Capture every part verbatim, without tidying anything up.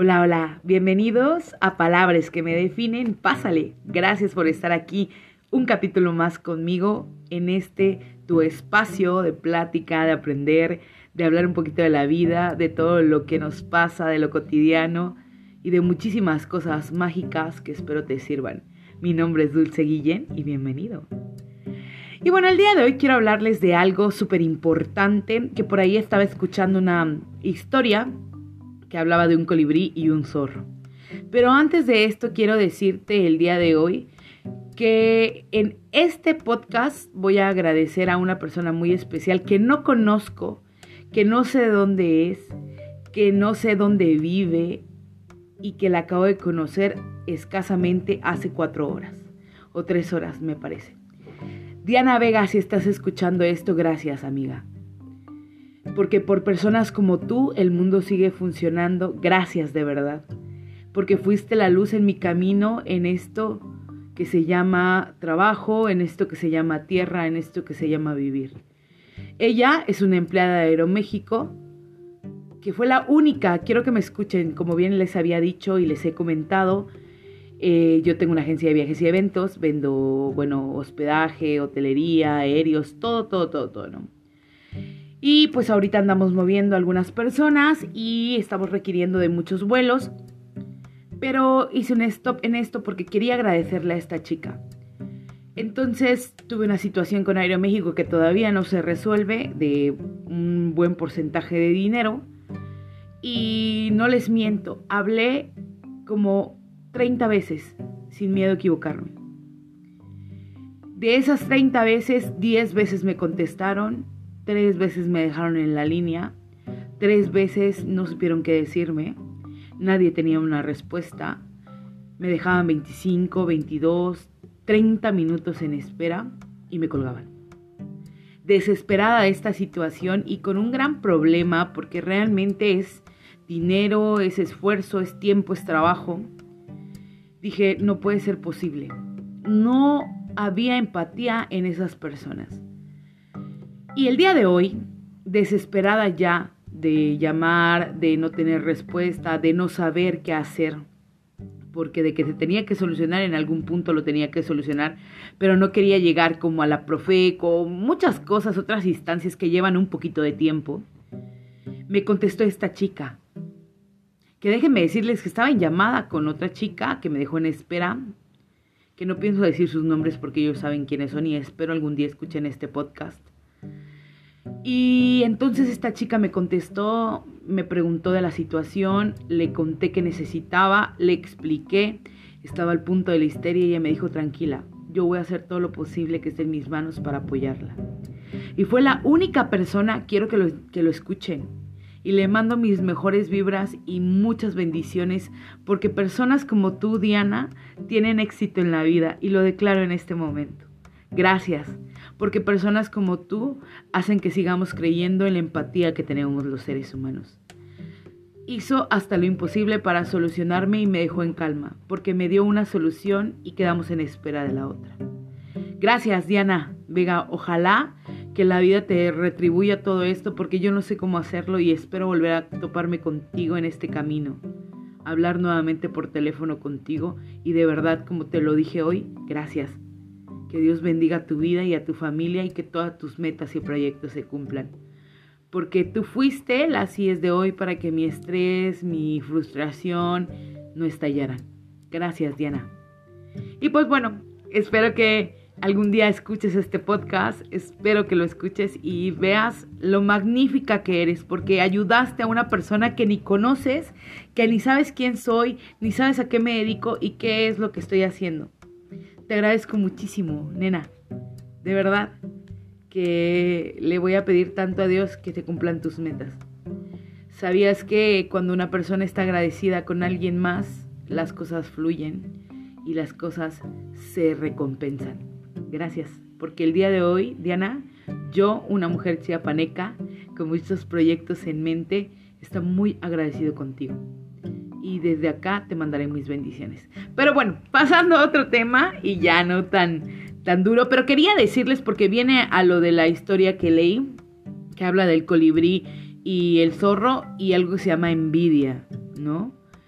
Hola, hola, bienvenidos a Palabras que me definen. Pásale, gracias por estar aquí un capítulo más conmigo en este tu espacio de plática, de aprender, de hablar un poquito de la vida, de todo lo que nos pasa, de lo cotidiano y de muchísimas cosas mágicas que espero te sirvan. Mi nombre es Dulce Guillén y bienvenido. Y bueno, el día de hoy quiero hablarles de algo súper importante, que por ahí estaba escuchando una historia que hablaba de un colibrí y un zorro. Pero antes de esto quiero decirte el día de hoy que en este podcast voy a agradecer a una persona muy especial que no conozco, que no sé dónde es, que no sé dónde vive y que la acabo de conocer escasamente hace cuatro horas o tres horas me parece. Diana Vega, si estás escuchando esto, gracias, amiga. Porque por personas como tú, el mundo sigue funcionando. Gracias, de verdad. Porque fuiste la luz en mi camino, en esto que se llama trabajo, en esto que se llama tierra, en esto que se llama vivir. Ella es una empleada de Aeroméxico, que fue la única, quiero que me escuchen, como bien les había dicho y les he comentado, eh, yo tengo una agencia de viajes y eventos, vendo, bueno, hospedaje, hotelería, aéreos, todo, todo, todo, todo, ¿no? Y pues ahorita andamos moviendo a algunas personas y estamos requiriendo de muchos vuelos. Pero hice un stop en esto porque quería agradecerle a esta chica. Entonces tuve una situación con Aeroméxico que todavía no se resuelve de un buen porcentaje de dinero. Y no les miento, hablé como treinta veces sin miedo a equivocarme. De esas treinta veces, diez veces me contestaron. Tres veces me dejaron en la línea, tres veces no supieron qué decirme, nadie tenía una respuesta, me dejaban veinticinco, veintidós, treinta minutos en espera y me colgaban. Desesperada de esta situación y con un gran problema porque realmente es dinero, es esfuerzo, es tiempo, es trabajo, dije, no puede ser posible. No había empatía en esas personas. Y el día de hoy, desesperada ya de llamar, de no tener respuesta, de no saber qué hacer, porque de que se tenía que solucionar en algún punto lo tenía que solucionar, pero no quería llegar como a la Profeco, muchas cosas, otras instancias que llevan un poquito de tiempo, me contestó esta chica, que déjenme decirles que estaba en llamada con otra chica que me dejó en espera, que no pienso decir sus nombres porque ellos saben quiénes son y espero algún día escuchen este podcast. Y entonces esta chica me contestó, me preguntó de la situación, le conté qué necesitaba, le expliqué, estaba al punto de la histeria y ella me dijo, tranquila, yo voy a hacer todo lo posible que esté en mis manos para apoyarla. Y fue la única persona, quiero que lo, que lo escuchen, y le mando mis mejores vibras y muchas bendiciones, porque personas como tú, Diana, tienen éxito en la vida y lo declaro en este momento. Gracias, porque personas como tú hacen que sigamos creyendo en la empatía que tenemos los seres humanos. Hizo hasta lo imposible para solucionarme y me dejó en calma, porque me dio una solución y quedamos en espera de la otra. Gracias, Diana Vega, ojalá que la vida te retribuya todo esto, porque yo no sé cómo hacerlo y espero volver a toparme contigo en este camino. Hablar nuevamente por teléfono contigo y de verdad, como te lo dije hoy, gracias. Que Dios bendiga a tu vida y a tu familia y que todas tus metas y proyectos se cumplan. Porque tú fuiste la así es de hoy para que mi estrés, mi frustración no estallaran. Gracias, Diana. Y pues bueno, espero que algún día escuches este podcast. Espero que lo escuches y veas lo magnífica que eres. Porque ayudaste a una persona que ni conoces, que ni sabes quién soy, ni sabes a qué me dedico y qué es lo que estoy haciendo. Te agradezco muchísimo, nena, de verdad, que le voy a pedir tanto a Dios que te cumplan tus metas. ¿Sabías que cuando una persona está agradecida con alguien más, las cosas fluyen y las cosas se recompensan? Gracias, porque el día de hoy, Diana, yo, una mujer chiapaneca, con muchos proyectos en mente, estoy muy agradecido contigo. Y desde acá te mandaré mis bendiciones. Pero bueno, pasando a otro tema y ya no tan, tan duro. Pero quería decirles porque viene a lo de la historia que leí, que habla del colibrí y el zorro y algo que se llama envidia, ¿no?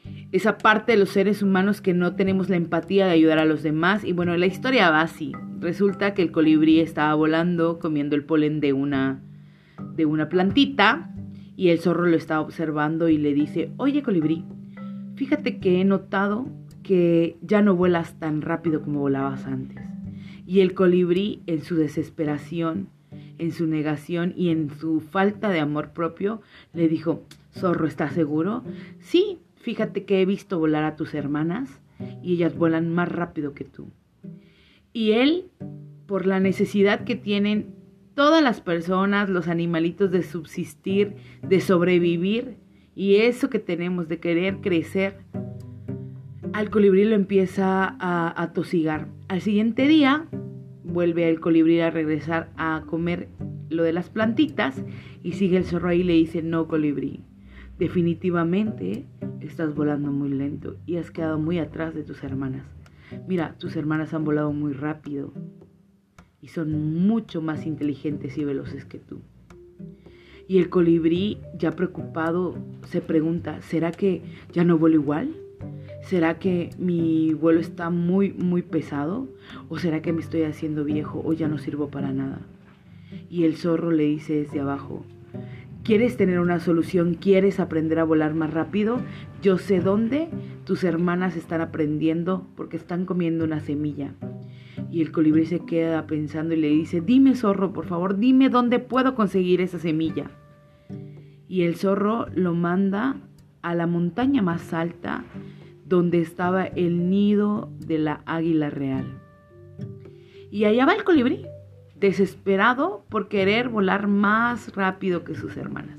esa parte de los seres humanos que no tenemos la empatía de ayudar a los demás. Y bueno, la historia va así. Resulta que el colibrí estaba volando, comiendo el polen de una, de una plantita, y el zorro lo estaba observando y le dice: oye, colibrí, fíjate que he notado que ya no vuelas tan rápido como volabas antes. Y el colibrí, en su desesperación, en su negación y en su falta de amor propio, le dijo: zorro, ¿estás seguro? Sí, fíjate que he visto volar a tus hermanas y ellas vuelan más rápido que tú. Y él, por la necesidad que tienen todas las personas, los animalitos, de subsistir, de sobrevivir, y eso que tenemos de querer crecer, al colibrí lo empieza a atosigar. Al siguiente día vuelve el colibrí a regresar a comer lo de las plantitas y sigue el zorro ahí y le dice: no, colibrí, definitivamente estás volando muy lento y has quedado muy atrás de tus hermanas. Mira, tus hermanas han volado muy rápido y son mucho más inteligentes y veloces que tú. Y el colibrí, ya preocupado, se pregunta: ¿será que ya no vuelo igual? ¿Será que mi vuelo está muy, muy pesado? ¿O será que me estoy haciendo viejo o ya no sirvo para nada? Y el zorro le dice desde abajo: ¿quieres tener una solución? ¿Quieres aprender a volar más rápido? Yo sé dónde tus hermanas están aprendiendo, porque están comiendo una semilla. Y el colibrí se queda pensando y le dice: dime, zorro, por favor, dime dónde puedo conseguir esa semilla. Y el zorro lo manda a la montaña más alta, donde estaba el nido de la águila real. Y allá va el colibrí, desesperado por querer volar más rápido que sus hermanas.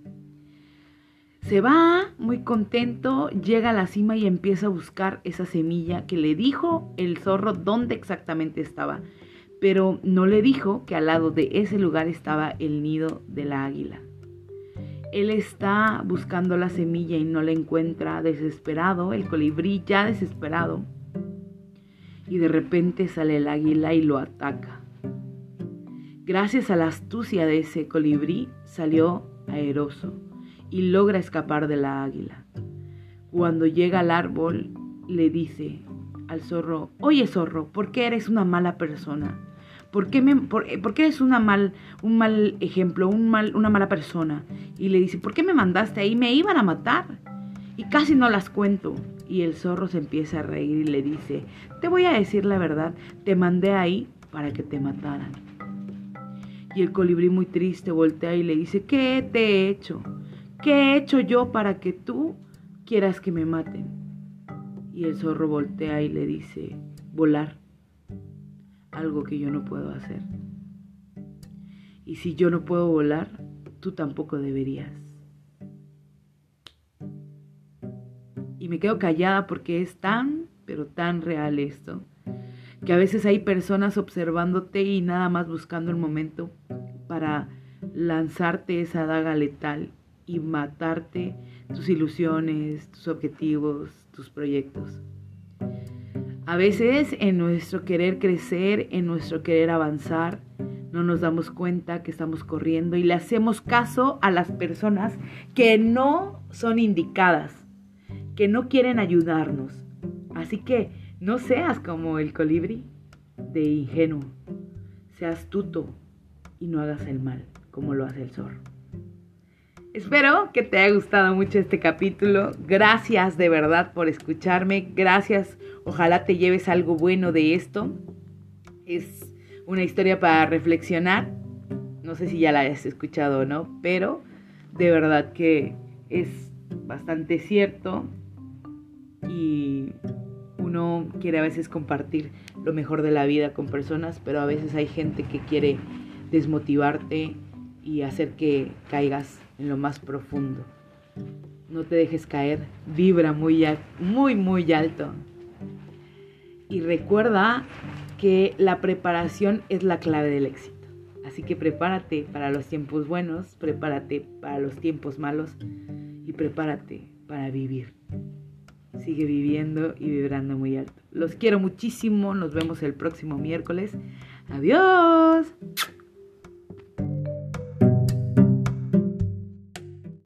Se va muy contento, llega a la cima y empieza a buscar esa semilla que le dijo el zorro dónde exactamente estaba, pero no le dijo que al lado de ese lugar estaba el nido de la águila. Él está buscando la semilla y no la encuentra, desesperado, el colibrí ya desesperado. Y de repente sale el águila y lo ataca. Gracias a la astucia de ese colibrí, salió aeroso y logra escapar de la águila. Cuando llega al árbol, le dice al zorro: oye, zorro, ¿por qué eres una mala persona? ¿Por qué, me, por, por qué eres una mal, un mal ejemplo, un mal, una mala persona? Y le dice: ¿por qué me mandaste ahí? Me iban a matar. Y casi no las cuento. Y el zorro se empieza a reír y le dice: te voy a decir la verdad, te mandé ahí para que te mataran. Y el colibrí, muy triste, voltea y le dice: ¿qué te he hecho? ¿Qué he hecho yo para que tú quieras que me maten? Y el zorro voltea y le dice: volar. Algo que yo no puedo hacer. Y si yo no puedo volar, tú tampoco deberías. Y me quedo callada porque es tan, pero tan real esto, que a veces hay personas observándote y nada más buscando el momento para lanzarte esa daga letal y matarte tus ilusiones, tus objetivos, tus proyectos. A veces en nuestro querer crecer, en nuestro querer avanzar, no nos damos cuenta que estamos corriendo y le hacemos caso a las personas que no son indicadas, que no quieren ayudarnos. Así que no seas como el colibrí de ingenuo, sea astuto y no hagas el mal como lo hace el zorro. Espero que te haya gustado mucho este capítulo. Gracias de verdad por escucharme. Gracias. Ojalá te lleves algo bueno de esto. Es una historia para reflexionar. No sé si ya la hayas escuchado o no, pero de verdad que es bastante cierto. Y uno quiere a veces compartir lo mejor de la vida con personas, pero a veces hay gente que quiere desmotivarte y hacer que caigas en lo más profundo. No te dejes caer, vibra muy, muy, muy alto. Y recuerda que la preparación es la clave del éxito. Así que prepárate para los tiempos buenos, prepárate para los tiempos malos y prepárate para vivir. Sigue viviendo y vibrando muy alto. Los quiero muchísimo, nos vemos el próximo miércoles. ¡Adiós!